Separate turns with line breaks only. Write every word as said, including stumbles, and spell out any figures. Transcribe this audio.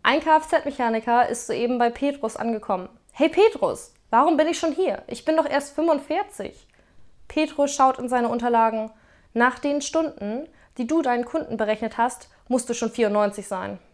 Ein Kfz-Mechaniker ist soeben bei Petrus angekommen. Hey Petrus, warum bin ich schon hier? Ich bin doch erst fünfundvierzig. Petrus schaut in seine Unterlagen. Nach den Stunden, die du deinen Kunden berechnet hast, musst du schon vierundneunzig sein.